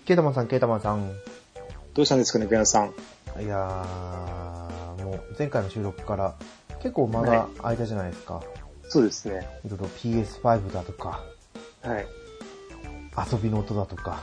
ケータマンさん。 どうしたんですかね、グヤンさん。 いやー、もう前回の収録から結構間が空いたじゃないですか。はい、 そうですね。 いろいろ PS5 だとか、 はい。 遊びの音だとか。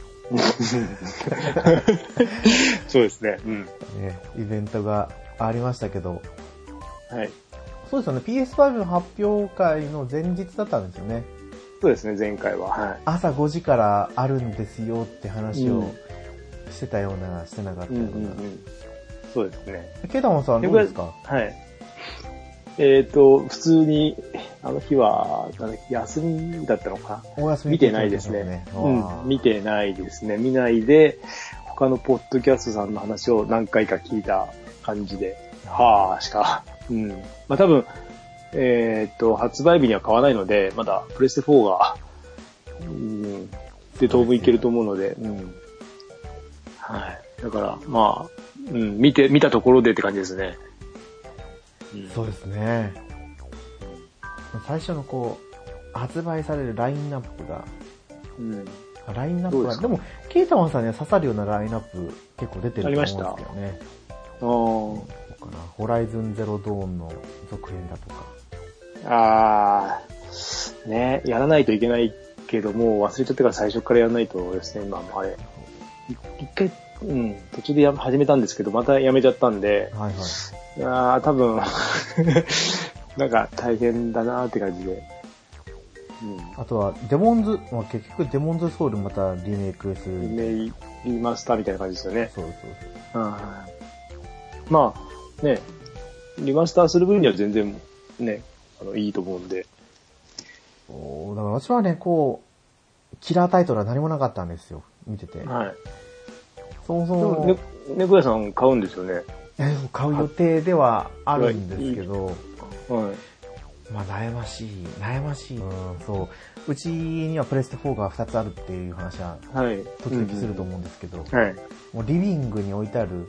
そうですね。うん。 ね、イベントがありましたけど。 はい。 そうですよね。PS5 の発表会の前日だったんですよね。 そうですね、前回は。はい。 朝5時からあるんですよって話をしてたような、してなかったような。 そうですね。 ケータマンさんどうですか？ はい。普通に、あの日は、休みだったのかな。 お休み見てないですね。見てないですね。見ないで、他のポッドキャストさんの話を何回か聞いた感じで、はぁ、しか。まあ多分、発売日には買わないので、まだプレステ4が、で当分いけると思うので、はい。だから、まあ、見たところでって感じですね。 そうですね。最初の発売されるラインナップが、ラインナップは、でも、ケータマンさんには刺さるようなラインナップ結構出てると思うんですけどね。ホライズンゼロドーンの続編だとか。 ね、やらないといけないけど、もう忘れちゃってから最初からやらないとですね、今もあれ。一回、途中で始めたんですけど、またやめちゃったんで、多分、なんか大変だなーって感じで。 あとは、デモンズ、結局デモンズソウルまたリメイクする。 リマスターみたいな感じですよね。 そう。 まあ、ね、リマスターする分には全然ね、いいと思うんで。 だから私はね、キラータイトルは何もなかったんですよ。見てて。 はい。 そもそも。 猫屋さん買うんですよね。 買う予定ではあるんですけど、まあ悩ましい。そう。うちにはプレステ4が2つあるっていう話は、時々すると思うんですけど、もうリビングに置いてある、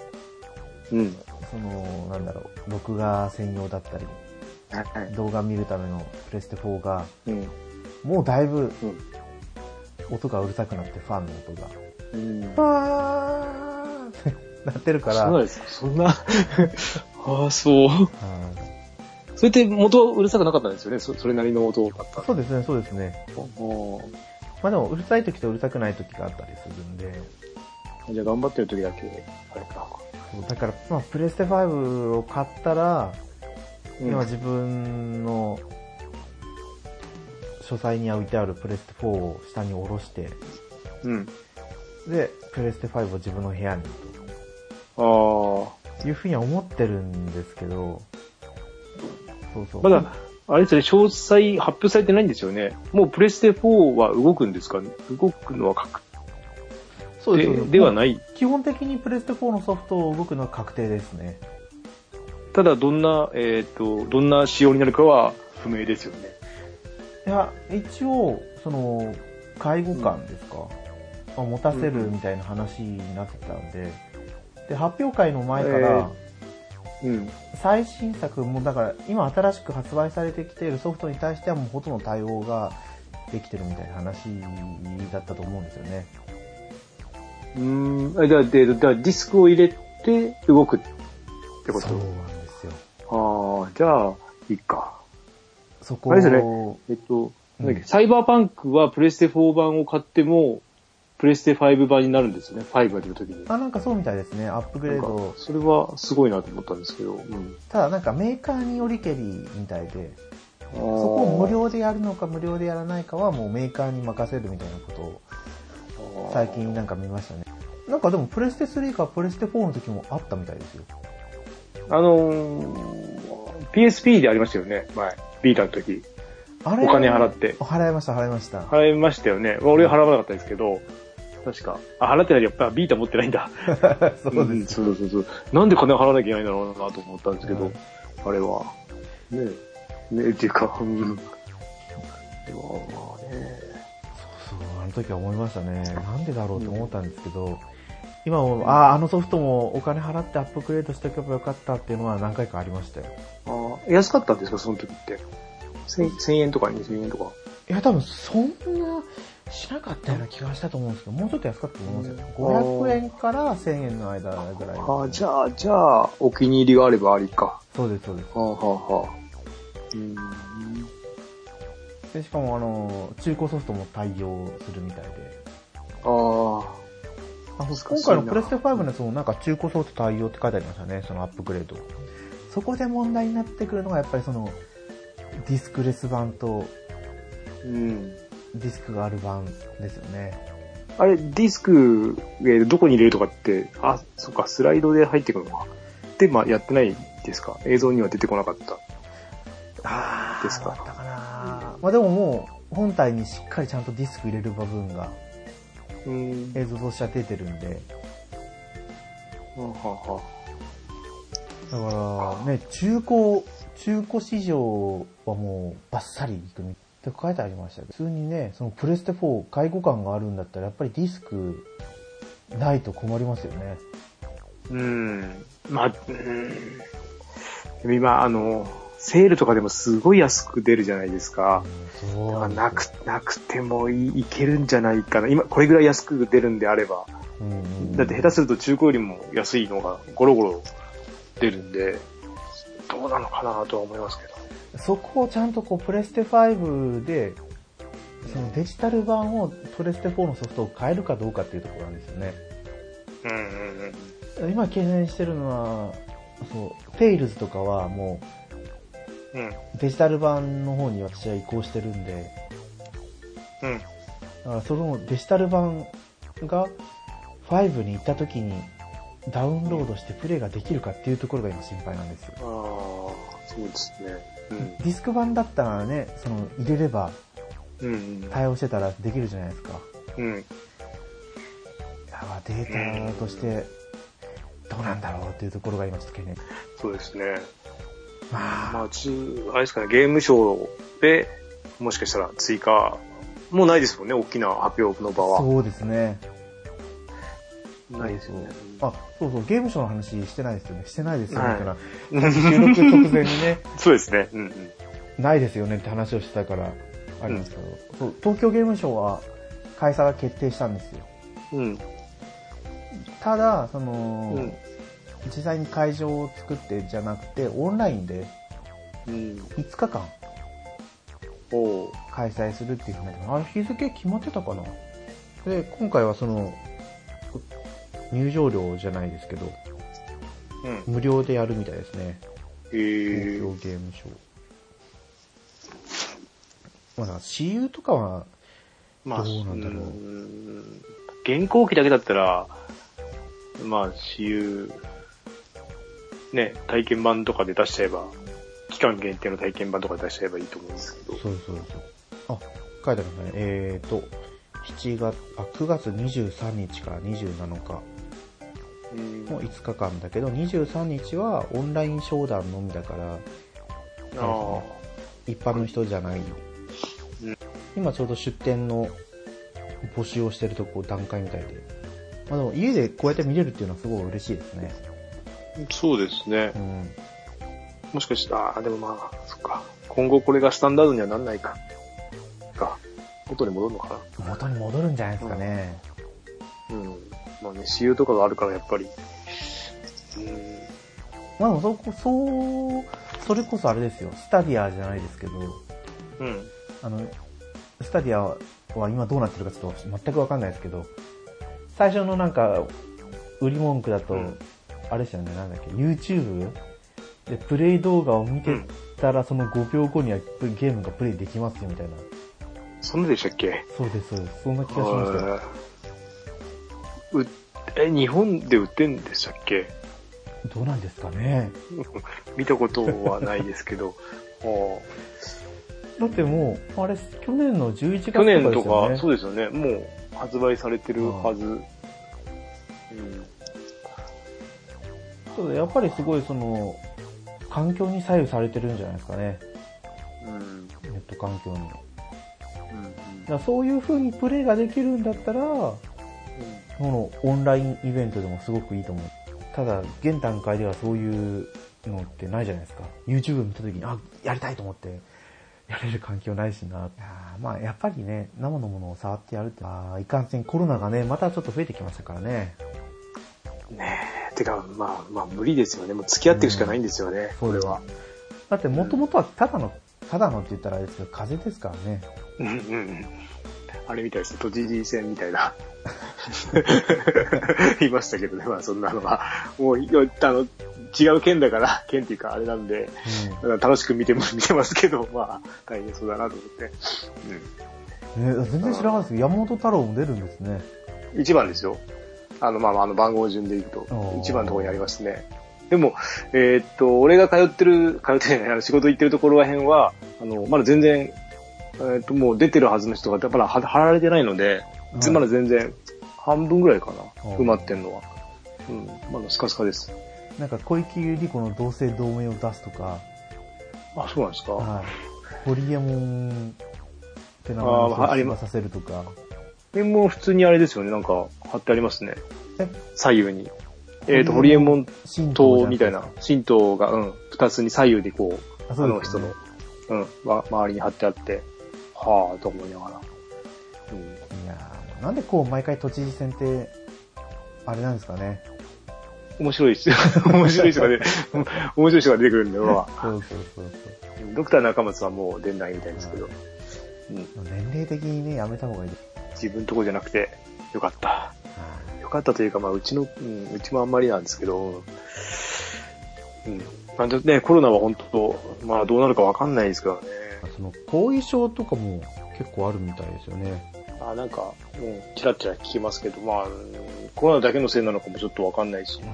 録画専用だったり、動画見るためのプレステ4が、もうだいぶ、音がうるさくなって、ファンの音が。バーンってなってるから。 そうです。そんな、そう。それって元うるさくなかったんですよね。それなりの音だった。 そうですね。まあでも、うるさい時とうるさくない時があったりするんで。 じゃあ頑張ってる時だけ、あれか。 だから、まあ、プレステ5を買ったら、今自分の書斎に置いてあるプレステ4を下に下ろして、で、プレステ5を自分の部屋にと。いうふうには思ってるんですけど、そう。 まだ、あれですね、詳細発表されてないんですよね。もうプレステ4は動くんですかね？動くのは確定ではない。 基本的にプレステ4のソフトを動くのは確定ですね。 ただ、どんな仕様になるかは不明ですよね。 いや、一応、介護官ですか、持たせるみたいな話になってたんで、で、発表会の前から、最新作も、だから今新しく発売されてきているソフトに対してはもうほとんど対応ができてるみたいな話だったと思うんですよね。 じゃあディスクを入れて動くってこと？ そうなんですよ。 じゃあ、いいか。 そこあれですね。サイバーパンクはプレステ4版を買っても、プレステ5版になるんですよね。5が出るときに。 なんかそうみたいですね。アップグレード。 それはすごいなと思ったんですけど。 ただなんかメーカーによりけりみたいで、そこを無料でやるのか無料でやらないかはもうメーカーに任せるみたいなことを最近なんか見ましたね。なんかでもプレステ3かプレステ4の時もあったみたいですよ。 PSP でありましたよね。前。ビータの時。お金払って。 払いました。 払いましたよね。俺は払わなかったですけど、確か。払ってないやっぱビータ持ってないんだ。 そうです。 そう。なんで金を払わなきゃいけないんだろうなと思ったんですけど、あれは。ねっていうか、そう、 あの時は思いましたね。なんでだろうと思ったんですけど、今も、あのソフトもお金払ってアップグレードしておけばよかったっていうのは何回かありましたよ。 安かったんですか、その時って。1000円とか2000円とか。 いや、多分そんなしなかったような気がしたと思うんですけど、もうちょっと安かったと思うんですよ。500円から1000円の間ぐらい。 じゃあ、お気に入りがあればありか。 そうです、そうです。でしかも中古ソフトも対応するみたいで。今回のプレステ5のやつもなんか中古ソフト対応って書いてありましたね、そのアップグレード。そこで問題になってくるのがやっぱりそのディスクレス版と、ディスクがある版ですよね。 あれ、ディスクどこに入れるとかって、そっか、スライドで入ってくるのか。で、やってないですか？映像には出てこなかった。ですか？ だったかな。でももう、本体にしっかりちゃんとディスク入れる部分が、映像としては出てるんで。だからね、中古市場はもうバッサリいくって書いてありましたけど、普通にね、そのプレステ4介護感があるんだったらやっぱりディスクないと困りますよね。 今セールとかでもすごい安く出るじゃないですか。なくてもいけるんじゃないかな。今これぐらい安く出るんであれば。だって下手すると中古よりも安いのがゴロゴロ出るんで、どうなのかなとは思いますけど。 そこをちゃんとプレステ5で、そのデジタル版をプレステ4のソフトを変えるかどうかっていうところなんですよね。今懸念してるのは、テイルズとかはもう、デジタル版の方に私は移行してるんで、だからそのデジタル版が5に行った時にダウンロードしてプレイができるかっていうところが今心配なんですよ。 そうですね。 ディスク版だったらね、入れれば、対応してたらできるじゃないですか。だからデータとしてどうなんだろうっていうところが今ちょっと懸念。 そうですね。あれですかね、ゲームショーでもしかしたら追加もうないですもんね、大きな発表の場は。 そうですね。 ないですよね。 そう、ゲームショーの話してないですよね。してないですよね。収録直前にね。 そうですね。 ないですよねって話をしてたから、あれですけど、東京ゲームショーは開催が決定したんですよ。ただ、実際に会場を作ってじゃなくて、オンラインで、5日間、開催するっていうふうに、日付決まってたかな。で、今回は入場料じゃないですけど、無料でやるみたいですね。東京ゲームショー。私有とかは、どうなんだろう。 現行機だけだったら、私有、ね、体験版とかで出しちゃえば、期間限定の体験版とかで出しちゃえばいいと思うんですけど。 そう。書いてあるね。9月23日から27日。もう5日間だけど、23日はオンライン商談のみだから、一般の人じゃない。今ちょうど出店の募集をしてる段階みたいで。でも家でこうやって見れるっていうのはすごい嬉しいですね。 そうですね。もしかしたら、でもそっか。今後これがスタンダードにはなんないか。元に戻るのかな。 元に戻るんじゃないですかね。 私有とかがあるからやっぱり。 でもそれこそあれですよ。スタディアじゃないですけど、スタディアは今どうなってるかちょっと全くわかんないですけど、最初の売り文句だと、あれですよね、YouTube でプレイ動画を見てたらその5秒後にはゲームがプレイできますよみたいな。 そんなでしたっけ？ そうです。そんな気がしましたよ。 日本で売ってんでしたっけ？ どうなんですかね。 見たことはないですけど。 だってもう、あれ、去年の11月とかですよね。 去年とか、そうですよね。もう発売されてるはず。 やっぱりすごい環境に左右されてるんじゃないですかね。ネット環境に。そういう風にプレイができるんだったら、このオンラインイベントでもすごくいいと思う。ただ、現段階ではそういうのってないじゃないですか。YouTube 見た時に、やりたいと思って、 やれる環境ないしな。まあやっぱりね、生のものを触ってやるって、いかんせんコロナがね、またちょっと増えてきましたからね。 ねえ、てか、まあ無理ですよね。もう付き合っていくしかないんですよね、これは。 だって元々はただのって言ったらあれですけど、風邪ですからね。 うんうん。あれみたいですね、都知事選みたいな。言いましたけどね、まあそんなのは。もう、違う県だから、県っていうかあれなんで、楽しく見てますけど、まあ、大変そうだなと思って。 全然知らないですけど、山本太郎も出るんですね。 1番ですよ。番号順でいくと、1番のところにありますね。でも、俺が仕事行ってるところら辺は、まだ全然、もう出てるはずの人が、やっぱり貼られてないので、まだ全然、半分ぐらいかな、埋まってんのは。まだスカスカです。 なんか小池百合子の同姓同名を出すとか。 あ、そうなんですか。 はい。ホリエモンって名前を出させるとか。 もう普通にあれですよね、なんか貼ってありますね。左右に。ホリエモン塔みたいな、神道が、二つに左右でこう、人の、周りに貼ってあって、はぁ、と思いながら。いやー、なんでこう、毎回都知事選って、あれなんですかね。 面白い人が出てくるんで、まあ。 そう。 ドクター中松はもう出ないみたいですけど。 年齢的にね、やめた方がいい。 自分のとこじゃなくて、よかった。よかったというか、まあ、うちもあんまりなんですけど、なんでね、コロナは本当、まあ、どうなるかわかんないですからね。 その、後遺症とかも結構あるみたいですよね。 なんか、チラチラ聞きますけど、まあ、コロナだけのせいなのかもちょっとわかんないし。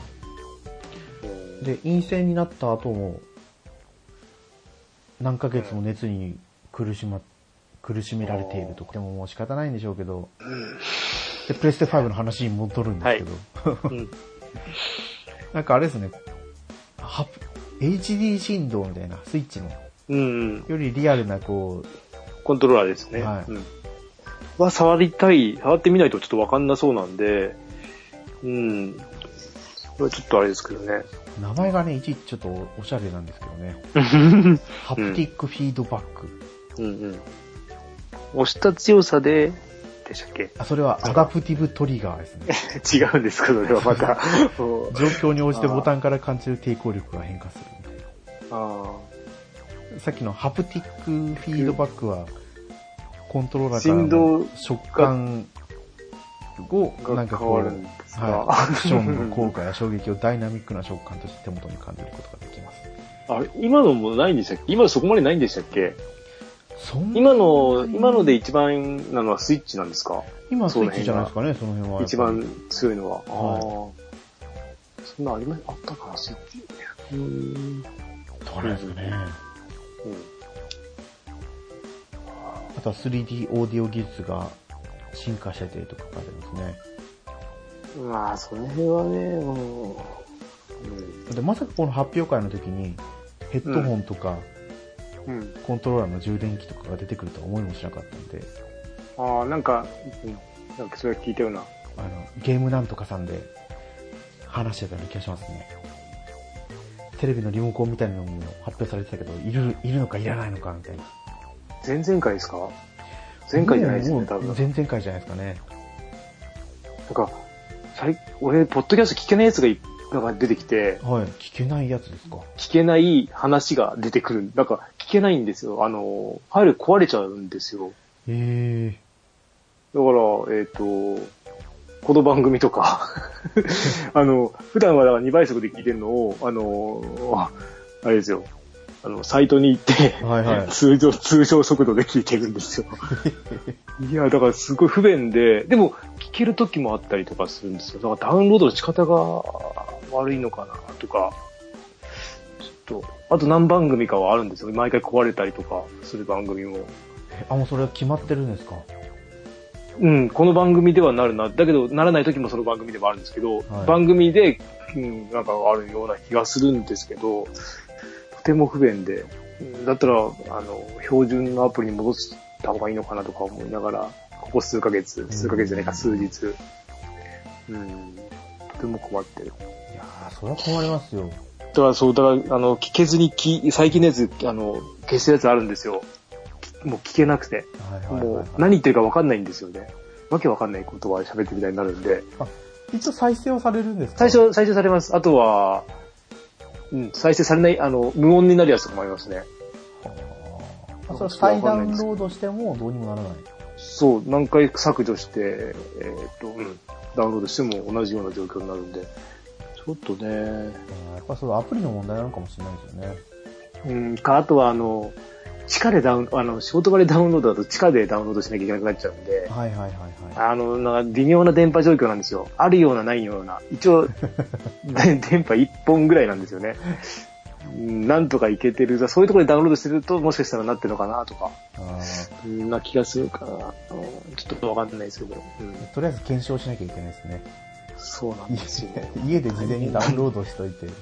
で、陰性になった後も、何ヶ月も熱に苦しめられているとか。でももう仕方ないんでしょうけど。で、プレステ5の話に戻るんですけど。なんかあれですね、HD 振動みたいな、スイッチの。よりリアルなこう、 コントローラーですね。触ってみないとちょっとわかんなそうなんで、それはちょっとあれですけどね。 名前がね、いちいちちょっとおしゃれなんですけどね。ハプティックフィードバック。 押した強さでしたっけ？ それはアダプティブトリガーですね。 違うんですか、それはまた。 状況に応じてボタンから感じる抵抗力が変化するみたいな。さっきのハプティックフィードバックは、コントローラーからの食感を、なんかこう、アクションの効果や衝撃をダイナミックな食感として手元に感じることができます。 今のもないんでしたっけ？今そこまでないんでしたっけ？今ので一番なのはスイッチなんですか？ 今スイッチじゃないですかね、その辺は。 一番強いのは。そんなあったかな、スイッチ。 どれですかね。あとは 3D オーディオ技術が進化しててとか書いてますね。 まあ、その辺はね、 でまさかこの発表会の時にヘッドホンとか、コントローラーの充電器とかが出てくるとは思いもしなかったんで。 なんかそれ聞いたような。 ゲームなんとかさんで話してたような気がしますね。テレビのリモコンみたいなのも発表されてたけど、いるのかいらないのかみたいな。 前々回ですか？前回じゃないですね、多分。 前々回じゃないですかね。 なんか、俺、ポッドキャスト聞けないやつが出てきて。 はい、聞けないやつですか？ 聞けない話が出てくる。なんか、聞けないんですよ。ファイル壊れちゃうんですよ。だから、この番組とか、普段はだから2倍速で聞いてるのを、あれですよ。サイトに行って、通常速度で聞いてるんですよ。いや、だからすごい不便で、でも聞ける時もあったりとかするんですよ。だからダウンロードの仕方が悪いのかなとか、ちょっと、あと何番組かはあるんですよ。毎回壊れたりとかする番組も。 もうそれは決まってるんですか？ この番組ではなるな。だけど、ならない時もその番組でもあるんですけど、番組で、なんかあるような気がするんですけど、とても不便で、だったら、標準のアプリに戻した方がいいのかなとか思いながら、ここ数ヶ月じゃないか、数日。とても困ってる。 いやー、それは困りますよ。 だからそう、だから、聞けずに最近のやつ、消すやつあるんですよ。もう聞けなくて。もう、何言ってるか分かんないんですよね。わけ分かんない言葉で喋ってるみたいになるんで。 一応再生はされるんですか？ 再生されます。あとは、再生されない、無音になるやつとかもありますね。 それ再ダウンロードしてもどうにもならない？ そう、何回削除して、ダウンロードしても同じような状況になるんで、ちょっとね。 やっぱそれアプリの問題なのかもしれないですよね。 あとは地下で仕事場でダウンロードだと地下でダウンロードしなきゃいけなくなっちゃうんで、なんか微妙な電波状況なんですよ。あるようなないような。一応、電波1本ぐらいなんですよね。なんとかいけてる。そういうところでダウンロードしてると、もしかしたらなってるのかなとか。な気がするかな。ちょっとわかんないですけど。 とりあえず検証しなきゃいけないですね。 そうなんですよね。 家で事前にダウンロードしといて。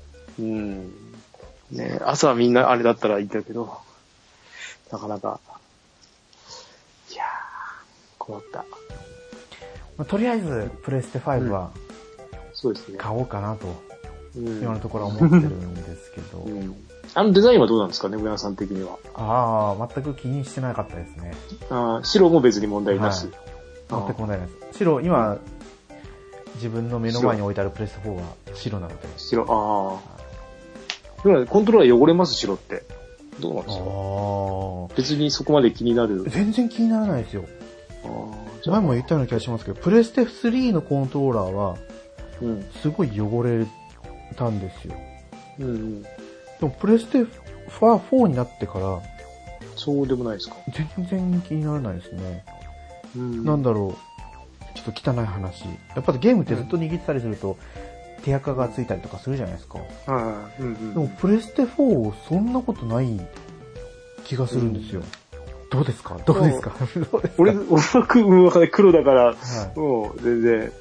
ね、朝はみんなあれだったらいいんだけど、なかなか。いやー、困った。 とりあえず、プレステ5は、 そうですね。 買おうかなと、今のところは思ってるんですけど。 デザインはどうなんですかね、上山さん的には。 全く気にしてなかったですね。 白も別に問題なし。 全く問題ないです。白、今、自分の目の前に置いてあるプレステ4は白なので。 白、でもコントローラー汚れます、白って。どうなんですか？別にそこまで気になる。 全然気にならないですよ。前も言ったような気がしますけど、プレステ3のコントローラーは、すごい汚れたんですよ。でもプレステ4になってから、 そうでもないですか？ 全然気にならないですね。なんだろう、ちょっと汚い話。やっぱりゲームってずっと握ってたりすると、手垢がついたりとかするじゃないですか。でもプレステ4そんなことない気がするんですよ。どうですか？ 俺は黒だから、もう全然。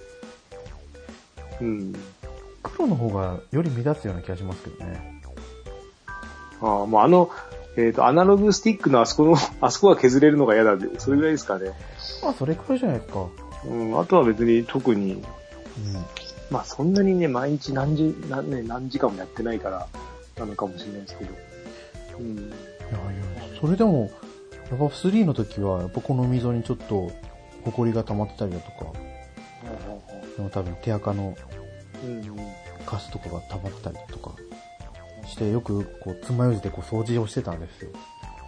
黒の方がより目立つような気がしますけどね。 もうアナログスティックのあそこが削れるのが嫌なんで、それぐらいですかね。 それくらいじゃないですか。 あとは別に特に、そんなにね、毎日何時間もやってないから、なのかもしれないですけど。 それでも、やっぱ3の時は、やっぱこの溝にちょっと、埃が溜まってたりだとか、でも多分手垢の、カスとかが溜まってたりとかして、よくこう、爪楊枝でこう掃除をしてたんですよ。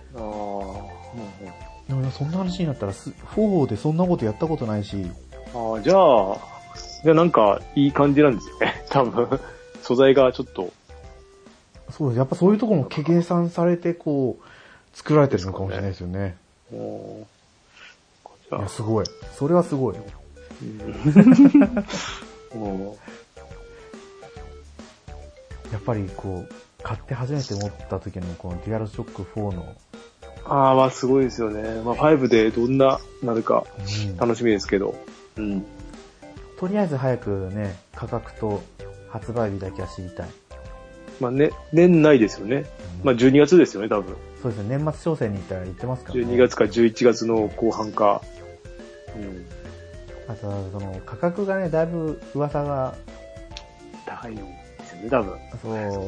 でもそんな話になったら、4でそんなことやったことないし。 じゃあなんか、いい感じなんですよね。多分、素材がちょっと。 そうです。やっぱそういうところも計算されて、こう、作られてるのかもしれないですよね。いや、すごい。それはすごい。やっぱりこう、買って初めて持った時のこのデュアルショック4の。 すごいですよね。5でどんなるか楽しみですけど。 とりあえず早くね、価格と発売日だけは知りたい。 年内ですよね。12月ですよね、多分。 そうですね、年末商戦に行ったら言ってますからね。 12月か11月の後半か。 あとは、その、価格がね、だいぶ噂が。 高いですよね、多分。 そう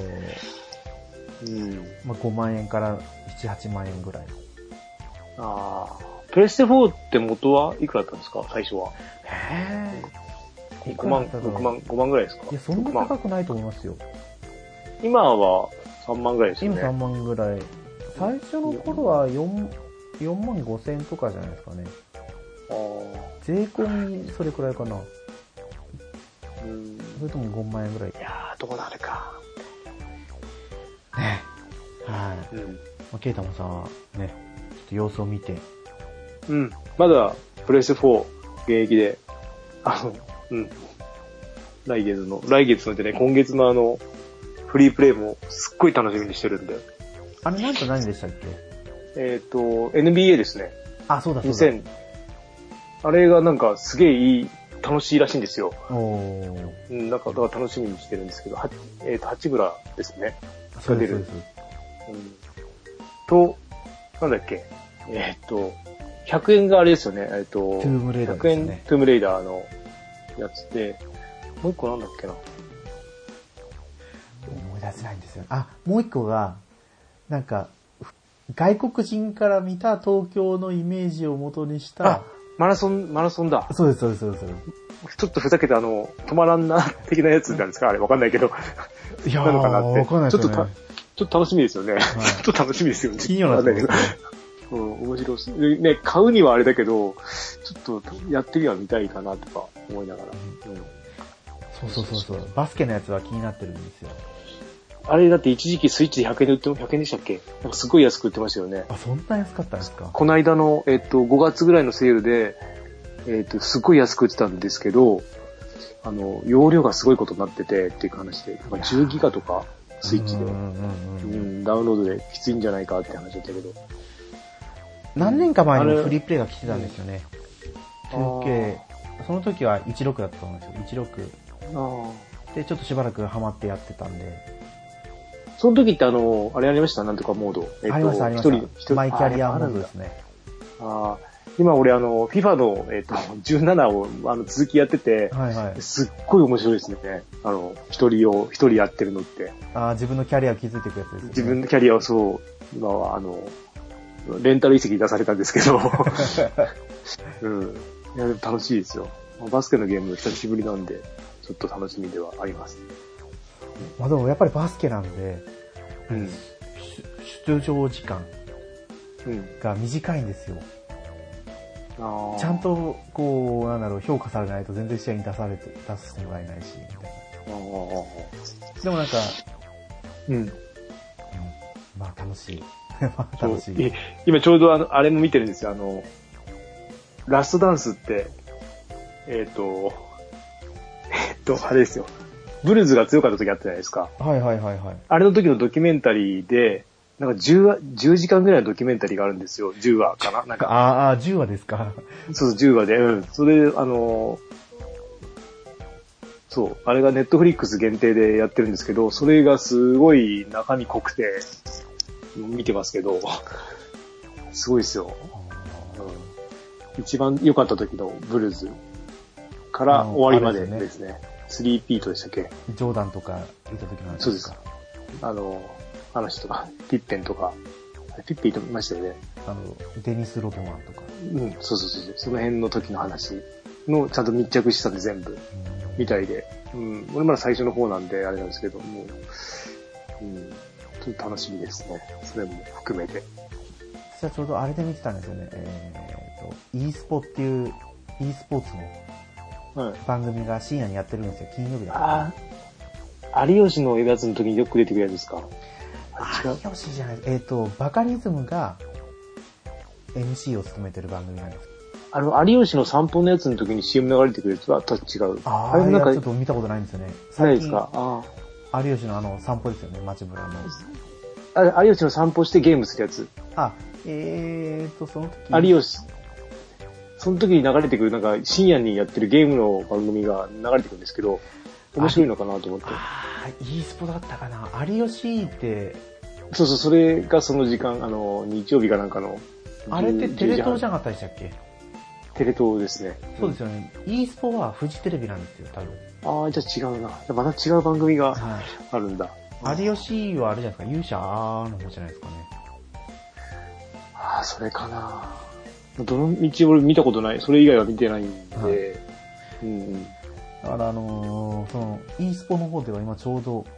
。5万円から7、8万円ぐらい。 プレステ4って元はいくらだったんですか、最初は。5万ぐらいですか？ いや、そんな高くないと思いますよ。 今は3万ぐらいですよね。 今3万ぐらい。最初の頃は4万5千とかじゃないですかね。税込みそれくらいかな。それとも5万円ぐらい。いやー、どうなるか。 ね。はい。ケイタマさんはね、ちょっと様子を見て。 まだプレステ4現役で、来月のじゃね、今月のフリープレイもすっごい楽しみにしてるんで。 なんと何でしたっけ ？NBA ですね。 そうだ。 あれがなんかすげえ楽しいらしいんですよ。だから楽しみにしてるんですけど、八村ですね。 が出る。 なんだっけ100円があれですよね。 トゥームレイダーですね。 100円トゥームレイダーのやつで、もう一個なんだっけな。 思い出せないんですよ。あ、もう一個が、なんか、外国人から見た東京のイメージを元にした。 マラソンだ。 そうです、そうです、そうです。 ちょっとふざけて止まらんな、的なやつなんですかあれ、わかんないけど。 いやー、 なのかなって。 わかんないですね。 ちょっと楽しみですよね。はい、ちょっと楽しみですよね。 金曜なんですね。 面白い。ね、買うにはあれだけど、ちょっとやってみはみたいかなとか思いながら。 そう。バスケのやつは気になってるんですよ。 あれだって一時期スイッチで100円で売って100円でしたっけ？なんかすごい安く売ってましたよね。 あ、そんな安かったんですか？ この間の、5月ぐらいのセールで、すごい安く売ってたんですけど、容量がすごいことになっててっていう話で、10ギガとかスイッチで、ダウンロードできついんじゃないかって話だったけど。 何年か前にフリープレイが来てたんですよね。2K、その時は16だったと思うんですよ。16。で、ちょっとしばらくハマってやってたんで。 その時ってあれありましたなんとかモード。 ありました。マイキャリアモードですね。 今俺FIFA の、17を続きやってて、すっごい面白いですね。一人やってるのって。 自分のキャリアを築いていくやつですね。 自分のキャリアをそう、今はレンタル移籍出されたんですけど、うん。いや、楽しいですよ。バスケのゲーム久しぶりなんで、ちょっと楽しみではあります。 でもやっぱりバスケなんで、出場時間が短いんですよ。ちゃんと、評価されないと全然試合に出してもらえないし、みたいな。でもなんか、まあ楽しい。楽しい。 今ちょうどあれも見てるんですよ。ラストダンスって、あれですよ。ブルーズが強かった時あったじゃないですか。 はい。 あれの時のドキュメンタリーで、なんか10時間ぐらいのドキュメンタリーがあるんですよ。10話かななんか。 10話ですか。 そう、10話で。それ、そう、あれがネットフリックス限定でやってるんですけど、それがすごい中身濃くて、見てますけど、すごいですよ。一番良かった時のブルーズから終わりまでですね。3ピートでしたっけ？ ジョーダンとかいた時なんですか？ そうです。あの人とか、ピッペンとか、ピッペンいましたよね。 デニス・ロドマンとか。 そう。その辺の時の話のちゃんと密着したんで全部、みたいで。俺まだ最初の方なんであれなんですけども、ちょっと楽しみですね。それも含めて。 私はちょうどあれで見てたんですよね。e スポっていう、e スポーツの番組が深夜にやってるんですよ。金曜日だから。 有吉のやつの時によく出てくるやつですか？ 有吉じゃない。バカリズムが MC を務めてる番組なんです。 有吉の散歩のやつの時に CM 流れてくるやつは違う。 あれなんかちょっと見たことないんですよね。 ないですか？ 有吉の散歩ですよね、街ブラの。有吉の散歩してゲームするやつ。 その時。有吉。 その時に流れてくる、なんか深夜にやってるゲームの番組が流れてくるんですけど、面白いのかなと思って。 e スポだったかな。有吉って。 そう、それがその時間、日曜日かなんかの。 あれってテレ東じゃなかったでしたっけ？ テレ東ですね。 そうですよね。e スポはフジテレビなんですよ、多分。 じゃあ違うな。また違う番組があるんだ。 有吉はあれじゃないですか、勇者の方じゃないですかね。 それかな。どの道俺見たことない。それ以外は見てないんで。 だからその e スポの方では今ちょうど、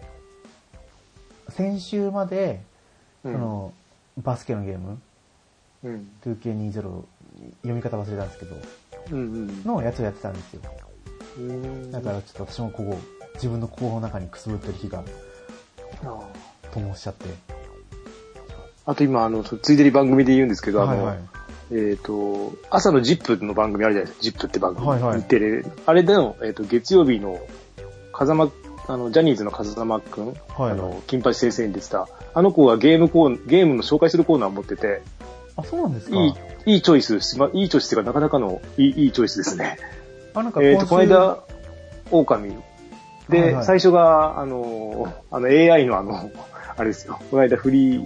先週まで、バスケのゲーム、2K20、読み方忘れたんですけど、のやつをやってたんですよ。だからちょっと私も自分の心の中にくすぶってる日が、灯しちゃって。 あと今、ついでに番組で言うんですけど、朝のZIP の番組あるじゃないですか。ZIP って番組。テレあれでの、月曜日のジャニーズの風間くん、金八先生に出てた、あの子がゲームの紹介するコーナーを持ってて、 そうなんですか？ いいチョイス、いいチョイスっていうかなかなかのいいチョイスですね。この間、狼。で、最初が、AI のあれですよ。この間フリ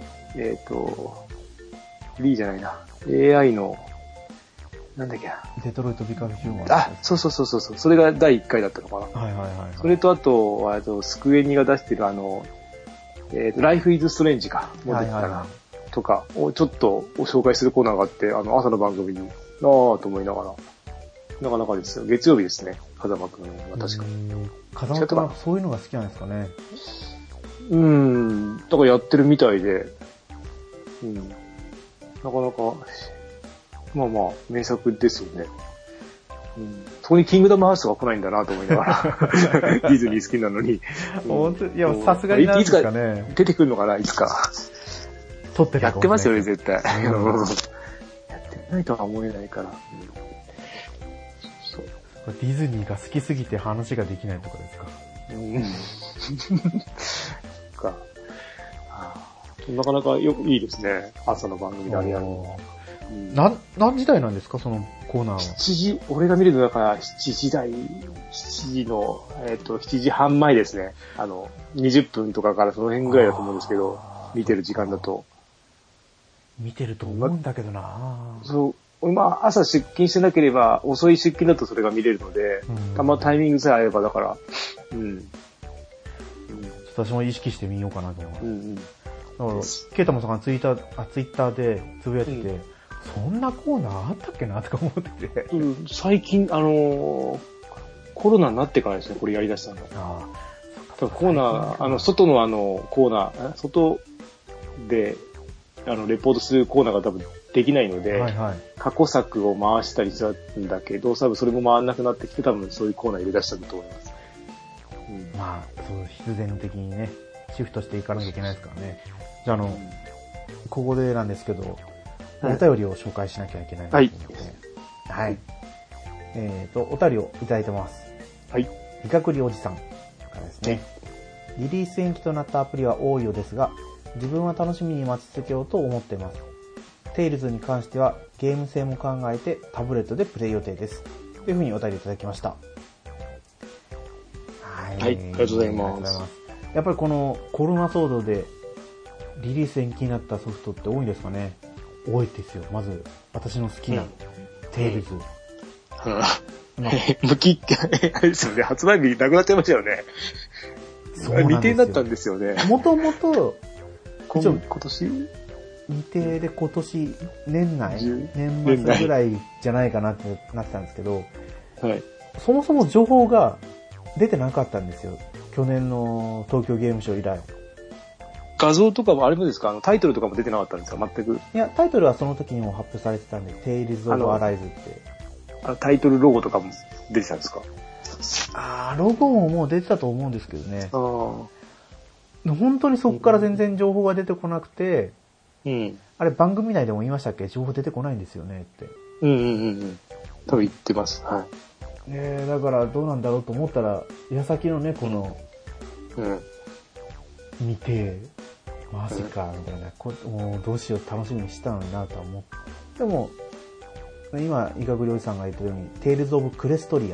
ーじゃないな。AI の、なんだっけな。 デトロイト・ビカム・ヒューマン。 そう。それが第1回だったのかな。それとあと、スクエニが出してるライフイズストレンジか、もう出てたな、とかをちょっと紹介するコーナーがあって、朝の番組に、と思いながら、なかなかですよ。月曜日ですね、風間くんは確かに。 風間くんはそういうのが好きなんですかね。 だからやってるみたいで、なかなか、まあまあ、名作ですよね。そこにキングダムハウスが来ないんだなと思いながら、ディズニー好きなのに。 本当いや、さすがになんですかね。 いつか出てくるのかな、いつか。 撮ってたやってますよね、絶対。やってないとは思えないから。 ディズニーが好きすぎて話ができないとかですか。 なかなかいいですね。朝の番組であれやるの。 何時台なんですか、そのコーナーは。 7時、俺が見るのだから7時台、7時の、7時半前ですね。20分とかからその辺ぐらいだと思うんですけど、見てる時間だと。 見てると思うんだけどなそう。朝出勤してなければ、遅い出勤だとそれが見れるので、タイミングさえ合えばだから、 私も意識してみようかなと思います。だから、ケイタマさんがツイッターでつぶやいてて、そんなコーナーあったっけなとか思ってて。 最近、コロナになってからですね、これやりだしたの。コーナー、外のコーナー、外で、レポートするコーナーが多分できないので、過去作を回したりしたんだけど、多分それも回んなくなってきて、多分そういうコーナー入れ出したんだと思います。 まあ、そう、必然的にね、シフトしていかなきゃいけないですからね。じゃあ、ここでなんですけど、お便りを紹介しなきゃいけないので、はい。お便りをいただいてます。 はい。 いかくりおじさんからですね。リリース延期となったアプリは多いようですが、自分は楽しみに待ち続けようと思っています。テイルズに関してはゲーム性も考えてタブレットでプレイ予定です。というふうにお便りいただきました。 はい。ありがとうございます。 やっぱりこのコロナ騒動でリリース延期になったソフトって多いんですかね。多いですよ。まず、私の好きなテイルズ。 無期って、あれですよね。発売日なくなっちゃいましたよね。未定だったんですよね。 もともと、 今年未定で今年、年末ぐらいじゃないかなってなってたんですけど、そもそも情報が出てなかったんですよ。去年の東京ゲームショウ以来。 画像とかもあれもですか、タイトルとかも出てなかったんですか、全く。 いや、タイトルはその時にも発表されてたんで、テイルズ・オブ・アライズって。 タイトルロゴとかも出てたんですか？ ロゴももう出てたと思うんですけどね。本当にそこから全然情報が出てこなくて、あれ番組内でも言いましたっけ？情報出てこないんですよねって。 多分言ってます。はい。 だからどうなんだろうと思ったら、矢先のね、この、見て、マジか、みたいな、もうどうしよう楽しみにしたのになとは思って。でも、今、イカグリおじさんが言ったように、テイルズ・オブ・クレストリア。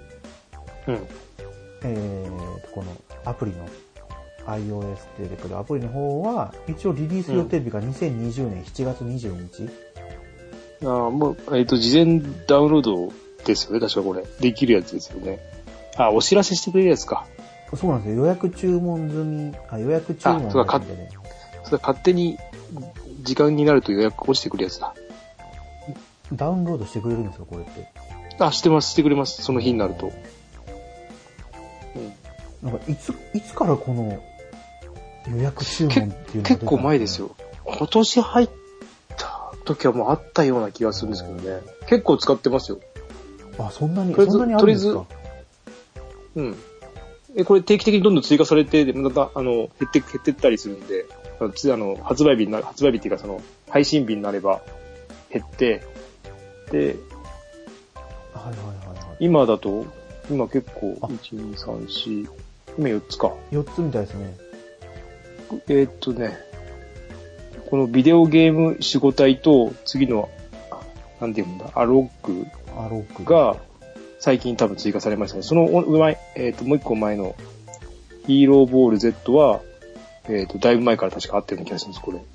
このアプリの、iOS で出てくるアプリの方は、一応リリース予定日が2020年7月22日。 もう、事前ダウンロードですよね、確かこれ。できるやつですよね。お知らせしてくれるやつか。 そうなんですよ。予約注文済み、予約注文がでね。それ勝手に時間になると予約落ちてくるやつだ。 ダウンロードしてくれるんですか、これって。 してます、してくれます。その日になると。 なんかいつからこの予約注文っていうのが出たんですか？ 結構前ですよ。今年入った時はもうあったような気がするんですけどね。結構使ってますよ。 そんなにあるんですか？ これ定期的にどんどん追加されて、また、減ってったりするんで、発売日っていうか配信日になれば減って、で、今だと、今結構、1、2、3、4、今4つか。 4つみたいですね。 このビデオゲーム守護隊と、次の、なんていうんだ、アロックが、最近多分追加されましたね。その前、もう一個前のヒーローボール Z は、だいぶ前から確かあったような気がするんです、これ。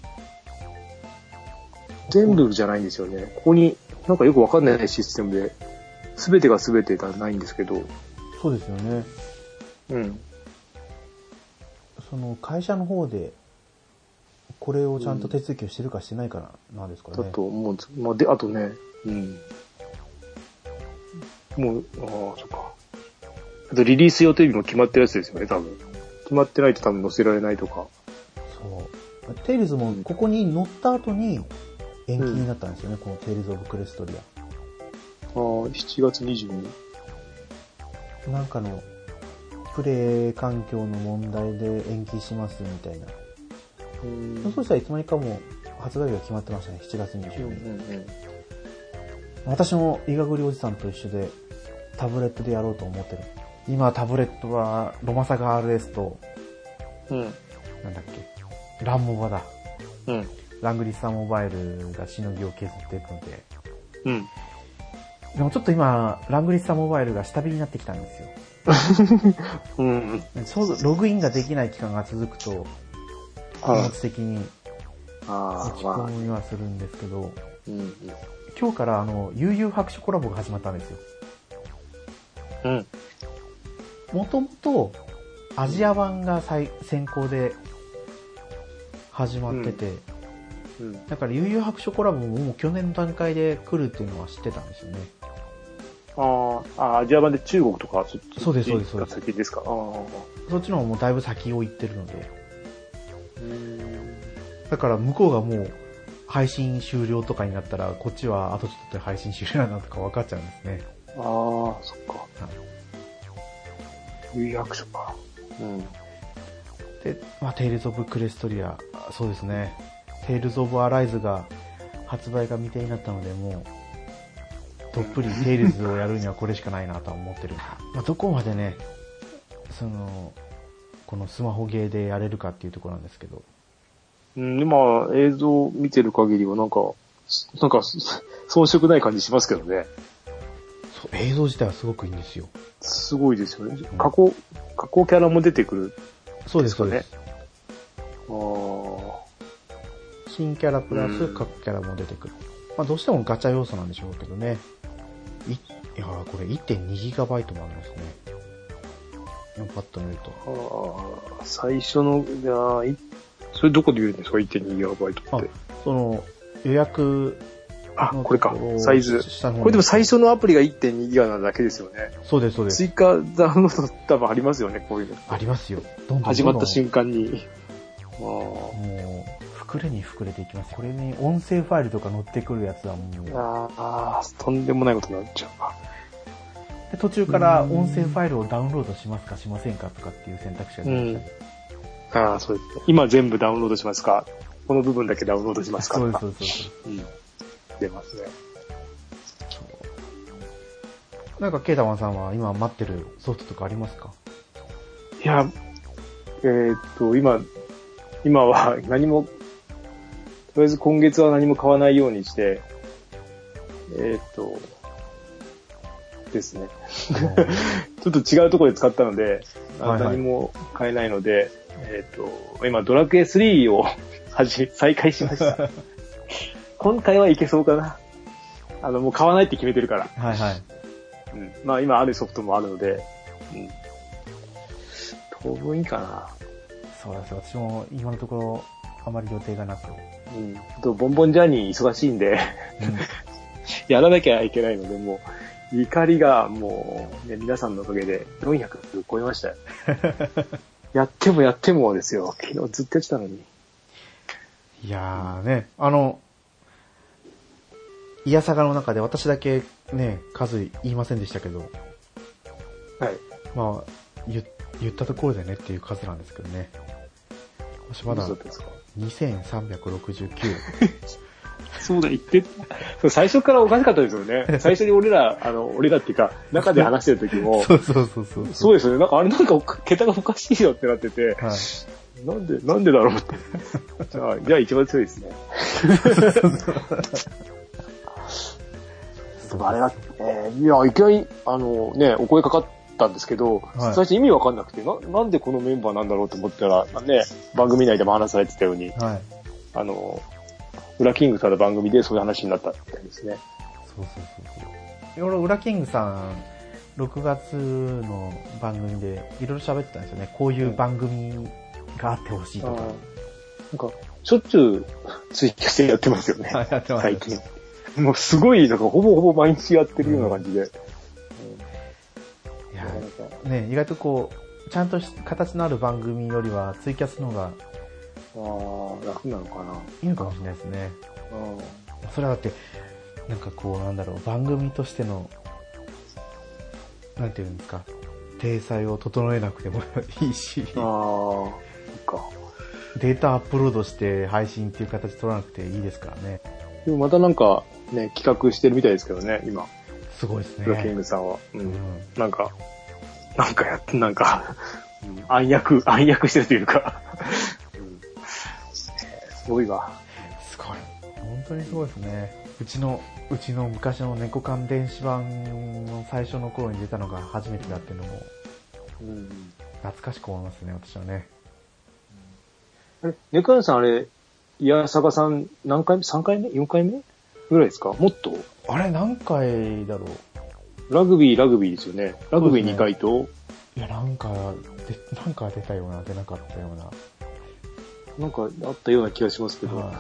全部じゃないんですよね。ここになんかよくわかんないシステムで、すべてがすべてじゃないんですけど。 そうですよね。 その会社の方で、これをちゃんと手続きをしてるかしてないかなんですかね。 だと思うんです。まあ、で、あとね、もう、そっか。あとリリース予定日も決まってるやつですよね、多分。決まってないと多分載せられないとか。 そう。テイルズもここに乗った後に延期になったんですよね、このテイルズ・オブ・クレストリア。 7月22日。 なんかの、プレイ環境の問題で延期しますみたいな。そうしたらいつまにかも発売日が決まってましたね、7月22日。私もイガグリおじさんと一緒でタブレットでやろうと思ってる。今タブレットはロマサガ RS と、なんだっけ、ランモバだ。ラングリッサーモバイルがしのぎを削っていくので。でもちょっと今、ラングリッサーモバイルが下火になってきたんですよ。ちょうどログインができない期間が続くと、気持ち的に落ち込みはするんですけど、今日から悠々白書コラボが始まったんですよ。もともとアジア版が先行で始まってて、だから悠々白書コラボももう去年の段階で来るっていうのは知ってたんですよね。 アジア版で中国とかそうですそうですそうです。 先ですか。 そっちの方もだいぶ先を行ってるので。だから向こうがもう配信終了とかになったら、こっちはあとちょっとで配信終了なんだとか分かっちゃうんですね。 そっか。悠々白書か。 で、テイルズ・オブ・クレストリア、そうですね。テイルズ・オブ・アライズが発売が未定になったので、もうどっぷりテイルズをやるにはこれしかないなとは思ってる。どこまでね、このスマホゲーでやれるかっていうところなんですけど。 今映像を見てる限りはなんか遜色ない感じしますけどね。 そう、映像自体はすごくいいんですよ。 すごいですよね。加工キャラも出てくる、 そうです、そうです。新キャラプラス各キャラも出てくる。どうしてもガチャ要素なんでしょうけどね。いやー、これ 1.2GB もありますね。パッと見ると。 最初の、それどこで言うんですか 1.2GB って。 予約これか。サイズ。これでも最初のアプリが 1.2GB なだけですよね。 そうです、そうです。 追加ダウンロード多分ありますよね、こういうの。 ありますよ。 どんどん始まった瞬間に。 もう、膨れに膨れていきます。これに音声ファイルとか載ってくるやつはもう。 とんでもないことになっちゃうか。 で、途中から音声ファイルをダウンロードしますかしませんかとかっていう選択肢が出ましたね。 そうですね。今全部ダウンロードしますか、この部分だけダウンロードしますか。 そうです、そうです。 出ますね。 なんかケータマンさんは今待ってるソフトとかありますか？ いや、今は何も、とりあえず今月は何も買わないようにして、ですね。ちょっと違うところで使ったので、何も買えないので、今ドラクエ3を再開しました。今回はいけそうかな。もう買わないって決めてるから。今あるソフトもあるので、当分いいかな。 そうです。私も今のところあまり予定がなく。 ボンボンジャーニー忙しいんで、やらなきゃいけないので、もう、怒りがもう、皆さんのおかげで400超えましたよ。やってもですよ。昨日ずっとやってたのに。 いやーね、イヤサガの中で私だけね、数言いませんでしたけど。言ったところでねっていう数なんですけどね。私まだ2369。 そうだ、言って、最初からおかしかったですよね。最初に俺らっていうか、中で話してる時も。 そうですよね。なんか桁がおかしいよってなってて、なんでだろうって。じゃあ一番強いですね。あれが、いきなり、お声かかったんですけど、最初意味わかんなくて、なんでこのメンバーなんだろうと思ったら、ね、番組内でも話されてたように、ウラキングさんの番組でそういう話になったみたいですね。 そう。ウラキングさん、6月の番組でいろいろ喋ってたんですよね。こういう番組があってほしいとか。 なんか、しょっちゅうツイキャスやってますよね。 やってます。 最近。もうすごい、なんかほぼほぼ毎日やってるような感じで。 いや、ね、意外とこう、ちゃんと形のある番組よりはツイキャスの方が、 楽なのかな。 いいのかもしれないですね。それはだって、なんかこう、なんだろう、番組としての、なんていうんですか、体裁を整えなくてもいいし、 そっか。 データアップロードして配信っていう形取らなくていいですからね。 でもまたなんか、ね、企画してるみたいですけどね、今。 すごいですね。 プロキングさんは。なんかやって、暗躍してるというか。すごいわ。 すごい。本当にすごいですね。うちの昔の猫缶電子版の最初の頃に出たのが初めてだっていうのも、懐かしく思いますね、私はね。 猫缶さんあれ、いやさがさん何回目 ?3 回目 ?4 回目ぐらいですか？もっと？ あれ何回だろう？ ラグビーですよね。ラグビー2回と、 いや、なんか出たような、出なかったような。 なんかあったような気がしますけど。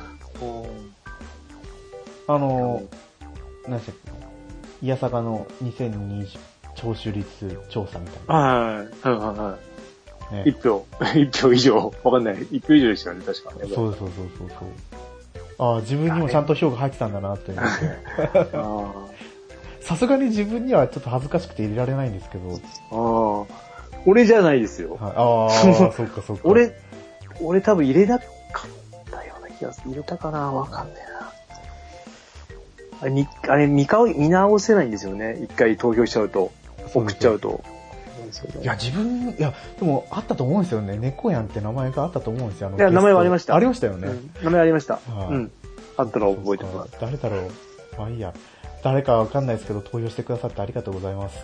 何でしたっけ？いやさがの2020聴取率調査みたいな。 はい。ね、1票以上、わかんない。1票以上でしたよね、確かね。 そう。自分にもちゃんと票が入ってたんだなって思って。さすがに自分にはちょっと恥ずかしくて入れられないんですけど。 俺じゃないですよ。 そっか。 俺多分入れなかったような気がする。入れたかな？わかんないな。あれ見直せないんですよね。一回投票しちゃうと。送っちゃうと。 いや、でもあったと思うんですよね。猫やんって名前があったと思うんですよ。 いや、名前はありました。 ありましたよね。 名前ありました。あったのを覚えてます。 誰だろう。まあいいや。誰かわかんないですけど、投票してくださってありがとうございます。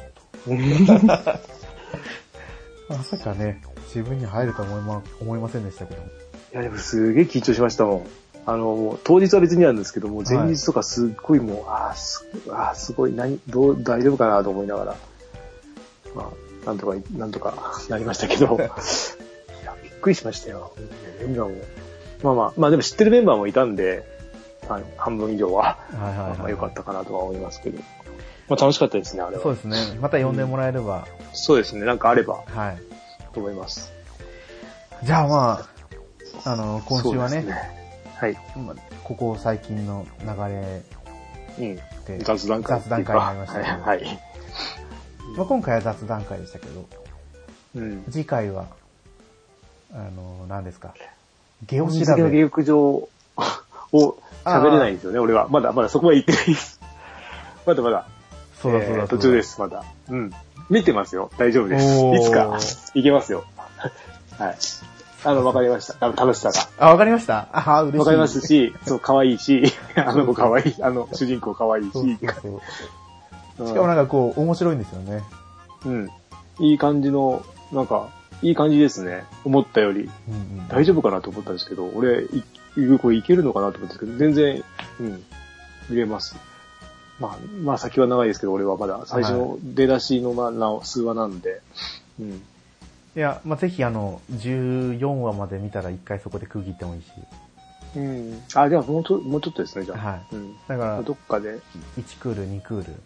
まさかね、自分に入ると思いませんでしたけど。いや、でもすげえ緊張しましたもん。当日は別にあるんですけども、前日とかすっごいもう、すごい、大丈夫かなと思いながら、まあ、なんとかなりましたけど、いや、びっくりしましたよ。メンバーも。まあでも知ってるメンバーもいたんで、半分以上は、良かったかなとは思いますけど。まあ楽しかったですね、あれは。 そうですね。また呼んでもらえれば。 そうですね、なんかあれば。と思います。 じゃあまあ、今週はね、ここ最近の流れで、 雑談会になりましたけど。まあ今回は雑談会でしたけど、次回は、何ですか、ゲオ調べ。 下浴場を喋れないんですよね、俺は。まだそこは言ってないです。まだ。そう途中です、まだ。見てますよ。大丈夫です。いつか行けますよ。はい。わかりました。楽しさが。 わかりました？嬉しい。 わかりますし、そう、可愛いし、子可愛い、主人公可愛いし。しかもなんかこう、面白いんですよね。 いい感じの、いい感じですね。思ったより。大丈夫かなと思ったんですけど、俺、これいけるのかなと思ったんですけど、全然、見れます。まあ先は長いですけど、俺はまだ最初の出だしの数話なんで。 いや、まあぜひ14話まで見たら一回そこで区切ってもいいし。 じゃあもうちょっとですね、じゃあ。 だから、 どっかで。 1クール、2クー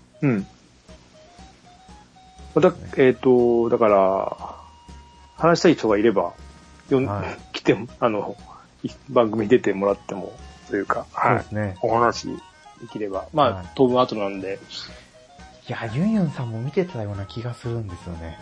ル。だから、話したい人がいれば、来ても、番組に出てもらっても、というか、 そうですね。 お話できれば。まあ、当分後なんで。 いや、ユンユンさんも見てたような気がするんですよね。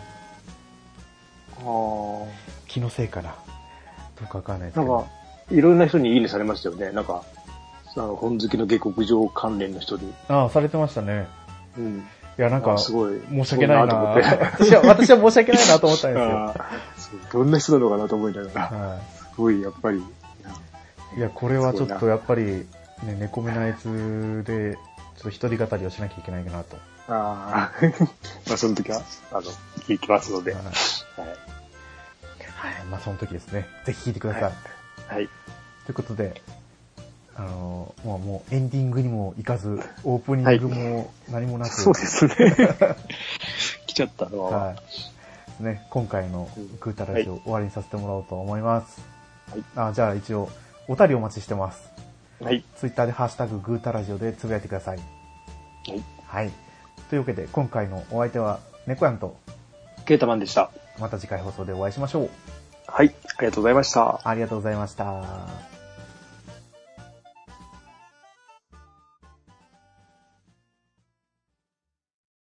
気のせいかな。どうかわかんないですけど。 いろんな人にいいねされましたよね。本好きの下克上関連の人に。 されてましたね。いや、 すごい。 申し訳ないなと思って。私は申し訳ないなと思ったんですよ。どんな人なのかなと思いながら。すごい、やっぱり。 いや、これはちょっとやっぱり、猫目なやつで、ちょっと一人語りをしなきゃいけないかなと。 まあ、その時は、聞きますので。 まあ、その時ですね。ぜひ聞いてください。 はい。 ということで、もうエンディングにも行かず、オープニングも何もなく。 そうですね。来ちゃったのは。 ですね、今回のグータラジオ終わりにさせてもらおうと思います。はい。じゃあ一応、お便りお待ちしてます。 はい。 ツイッターでハッシュタググータラジオでつぶやいてください。はい。はい。というわけで、今回のお相手は、猫やんと、 ケータマンでした。 また次回放送でお会いしましょう。 はい。ありがとうございました。 ありがとうございました。